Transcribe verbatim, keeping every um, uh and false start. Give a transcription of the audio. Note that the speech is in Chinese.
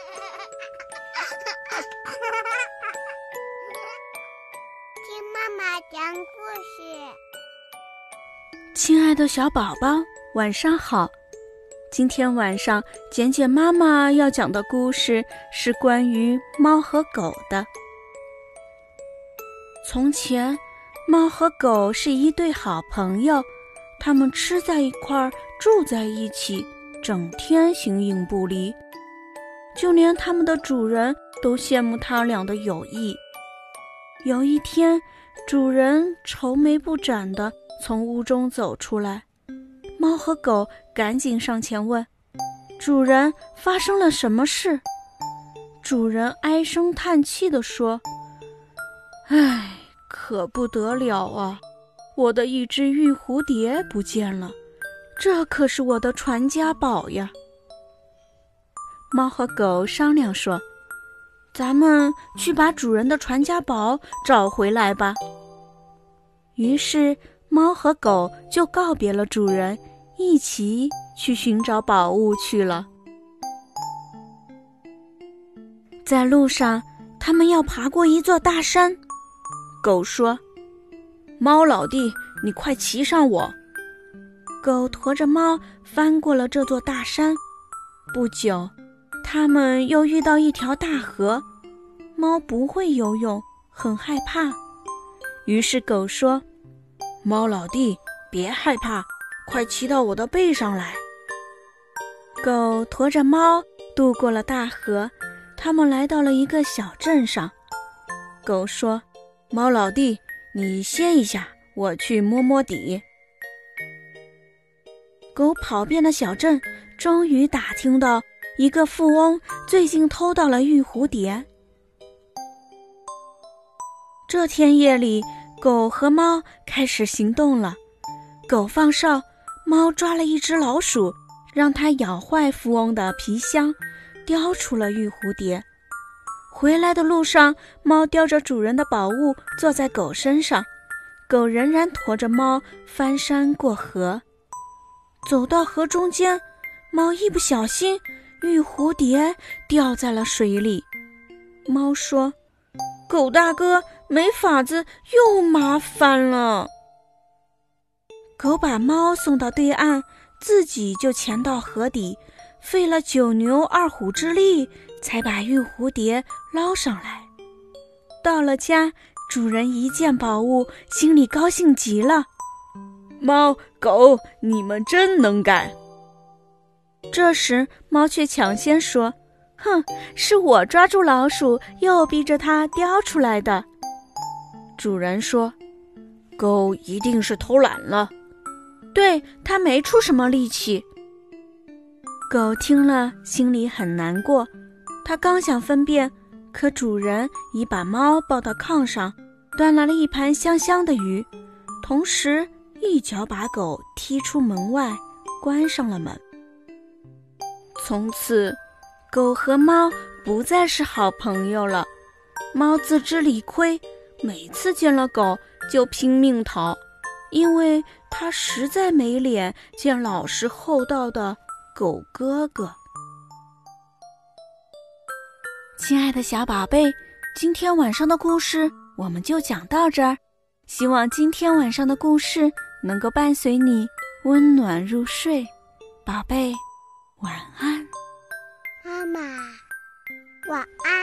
听妈妈讲故事。 亲爱的小宝宝，晚上好。今天晚上简简妈妈要讲的故事是关于猫和狗的。从前，猫和狗是一对好朋友，它们吃在一块儿，住在一起，整天形影不离。就连它们的主人都羡慕它俩的友谊。有一天，主人愁眉不展地从屋中走出来，猫和狗赶紧上前问：主人，发生了什么事？主人唉声叹气地说：唉，可不得了啊，我的一只玉蝴蝶不见了，这可是我的传家宝呀。猫和狗商量说：咱们去把主人的传家宝找回来吧。于是猫和狗就告别了主人，一起去寻找宝物去了。在路上，他们要爬过一座大山。狗说：猫老弟，你快骑上我。狗驮着猫翻过了这座大山。不久，他们又遇到一条大河。猫不会游泳，很害怕。于是狗说：猫老弟，别害怕，快骑到我的背上来。狗驮着猫渡过了大河，他们来到了一个小镇上。狗说：猫老弟，你歇一下，我去摸摸底。狗跑遍了小镇，终于打听到一个富翁最近偷到了玉蝴蝶。这天夜里，狗和猫开始行动了。狗放哨，猫抓了一只老鼠，让它咬坏富翁的皮箱，叼出了玉蝴蝶。回来的路上，猫叼着主人的宝物坐在狗身上，狗仍然驮着猫翻山过河。走到河中间，猫一不小心，玉蝴蝶掉在了水里。猫说：狗大哥，没法子，又麻烦了。狗把猫送到对岸，自己就潜到河底，费了九牛二虎之力，才把玉蝴蝶捞上来。到了家，主人一见宝物，心里高兴极了。猫狗，你们真能干。这时，猫却抢先说：哼，是我抓住老鼠，又逼着它叼出来的。主人说：狗一定是偷懒了，对，它没出什么力气。狗听了心里很难过，它刚想分辨，可主人已把猫抱到炕上，端来了一盘香香的鱼，同时一脚把狗踢出门外，关上了门。从此，狗和猫不再是好朋友了。猫自知理亏，每次见了狗就拼命逃，因为它实在没脸见老实厚道的狗哥哥。亲爱的小宝贝，今天晚上的故事我们就讲到这儿，希望今天晚上的故事能够伴随你温暖入睡。宝贝，晚安。 妈妈，晚安。